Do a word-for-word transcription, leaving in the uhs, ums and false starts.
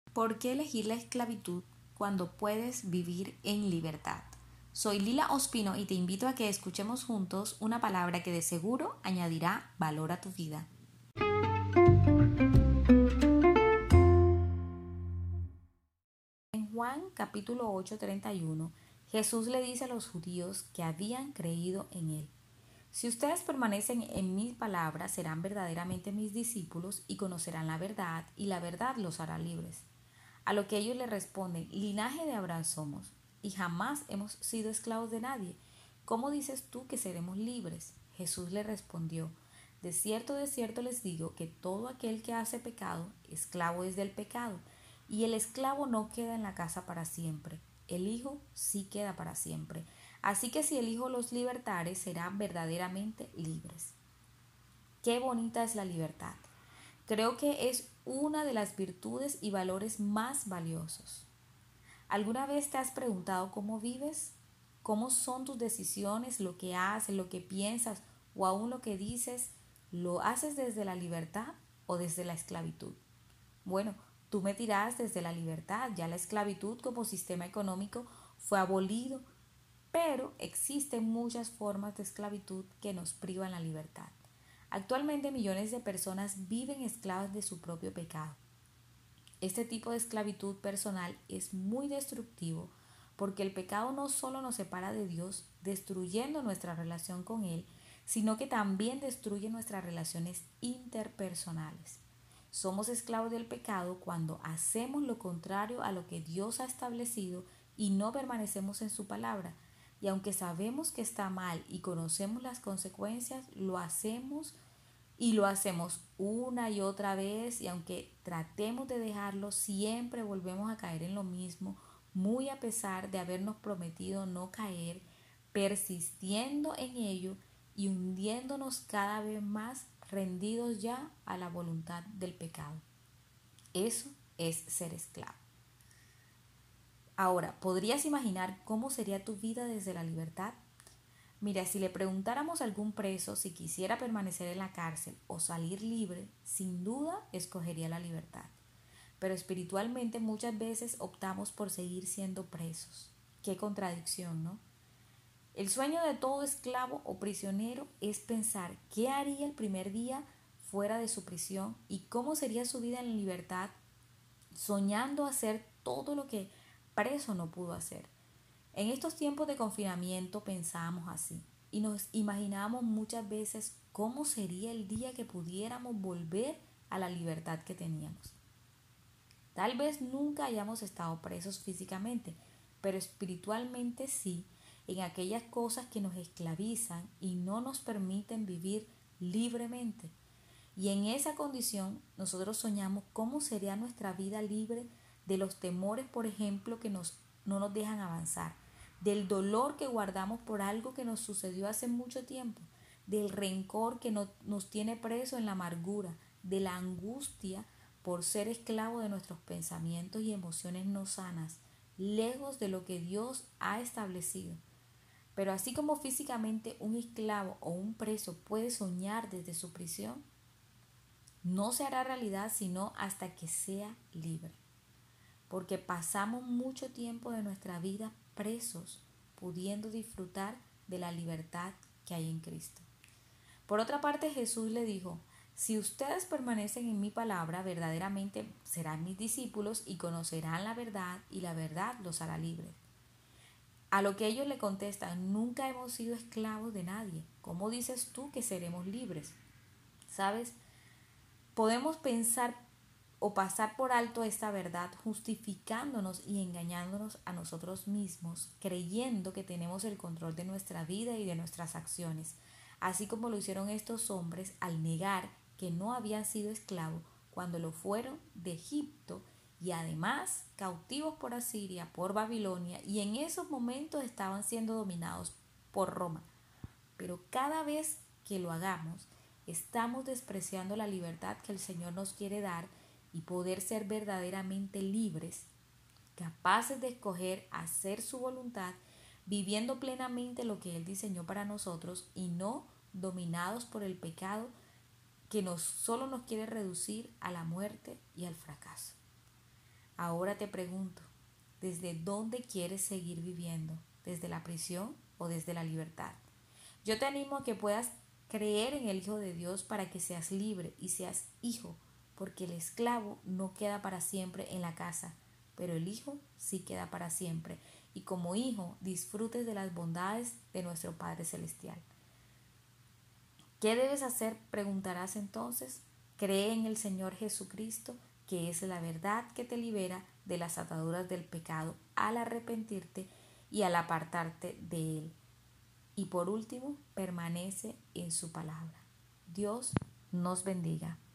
¿Por qué elegir la esclavitud cuando puedes vivir en libertad? Soy Lila Ospino y te invito a que escuchemos juntos una palabra que de seguro añadirá valor a tu vida. En Juan capítulo ocho, treinta y uno, Jesús le dice a los judíos que habían creído en él: si ustedes permanecen en mis palabras, serán verdaderamente mis discípulos y conocerán la verdad, y la verdad los hará libres. A lo que ellos le responden: linaje de Abraham somos, y jamás hemos sido esclavos de nadie. ¿Cómo dices tú que seremos libres? Jesús le respondió: de cierto, de cierto les digo que todo aquel que hace pecado, esclavo es del pecado, y el esclavo no queda en la casa para siempre, el Hijo sí queda para siempre. Así que si el Hijo los libertare, serán verdaderamente libres. Qué bonita es la libertad. Creo que es una de las virtudes y valores más valiosos. ¿Alguna vez te has preguntado cómo vives? ¿Cómo son tus decisiones, lo que haces, lo que piensas o aún lo que dices? ¿Lo haces desde la libertad o desde la esclavitud? Bueno, tú me dirás desde la libertad. Ya la esclavitud como sistema económico fue abolido, pero existen muchas formas de esclavitud que nos privan la libertad. Actualmente millones de personas viven esclavas de su propio pecado. Este tipo de esclavitud personal es muy destructivo porque el pecado no solo nos separa de Dios, destruyendo nuestra relación con Él, sino que también destruye nuestras relaciones interpersonales. Somos esclavos del pecado cuando hacemos lo contrario a lo que Dios ha establecido y no permanecemos en su palabra. Y aunque sabemos que está mal y conocemos las consecuencias, lo hacemos y lo hacemos una y otra vez, y aunque tratemos de dejarlo, siempre volvemos a caer en lo mismo, muy a pesar de habernos prometido no caer, persistiendo en ello y hundiéndonos cada vez más, rendidos ya a la voluntad del pecado. Eso es ser esclavo. Ahora, ¿podrías imaginar cómo sería tu vida desde la libertad? Mira, si le preguntáramos a algún preso si quisiera permanecer en la cárcel o salir libre, sin duda escogería la libertad. Pero espiritualmente muchas veces optamos por seguir siendo presos. Qué contradicción, ¿no? El sueño de todo esclavo o prisionero es pensar qué haría el primer día fuera de su prisión y cómo sería su vida en libertad, soñando hacer todo lo que preso no pudo hacer. En estos tiempos de confinamiento pensábamos así y nos imaginábamos muchas veces cómo sería el día que pudiéramos volver a la libertad que teníamos. Tal vez nunca hayamos estado presos físicamente, pero espiritualmente sí, en aquellas cosas que nos esclavizan y no nos permiten vivir libremente. Y en esa condición nosotros soñamos cómo sería nuestra vida libre de los temores, por ejemplo, que nos, no nos dejan avanzar, del dolor que guardamos por algo que nos sucedió hace mucho tiempo, del rencor que no, nos tiene preso en la amargura, de la angustia por ser esclavo de nuestros pensamientos y emociones no sanas, lejos de lo que Dios ha establecido. Pero así como físicamente un esclavo o un preso puede soñar desde su prisión, no se hará realidad sino hasta que sea libre, porque pasamos mucho tiempo de nuestra vida presos, pudiendo disfrutar de la libertad que hay en Cristo. Por otra parte, Jesús le dijo: si ustedes permanecen en mi palabra, verdaderamente serán mis discípulos y conocerán la verdad, y la verdad los hará libres. A lo que ellos le contestan: nunca hemos sido esclavos de nadie. ¿Cómo dices tú que seremos libres? ¿Sabes? Podemos pensar o pasar por alto esta verdad justificándonos y engañándonos a nosotros mismos, creyendo que tenemos el control de nuestra vida y de nuestras acciones, así como lo hicieron estos hombres al negar que no habían sido esclavos cuando lo fueron de Egipto y además cautivos por Asiria, por Babilonia, y en esos momentos estaban siendo dominados por Roma. Pero cada vez que lo hagamos, estamos despreciando la libertad que el Señor nos quiere dar y poder ser verdaderamente libres, capaces de escoger hacer su voluntad, viviendo plenamente lo que Él diseñó para nosotros y no dominados por el pecado que nos, solo nos quiere reducir a la muerte y al fracaso. Ahora te pregunto, ¿desde dónde quieres seguir viviendo? ¿Desde la prisión o desde la libertad? Yo te animo a que puedas creer en el Hijo de Dios para que seas libre y seas hijo, porque el esclavo no queda para siempre en la casa, pero el hijo sí queda para siempre, y como hijo disfrutes de las bondades de nuestro Padre Celestial. ¿Qué debes hacer? Preguntarás entonces. Cree en el Señor Jesucristo, que es la verdad que te libera de las ataduras del pecado al arrepentirte y al apartarte de él. Y por último, permanece en su palabra. Dios nos bendiga.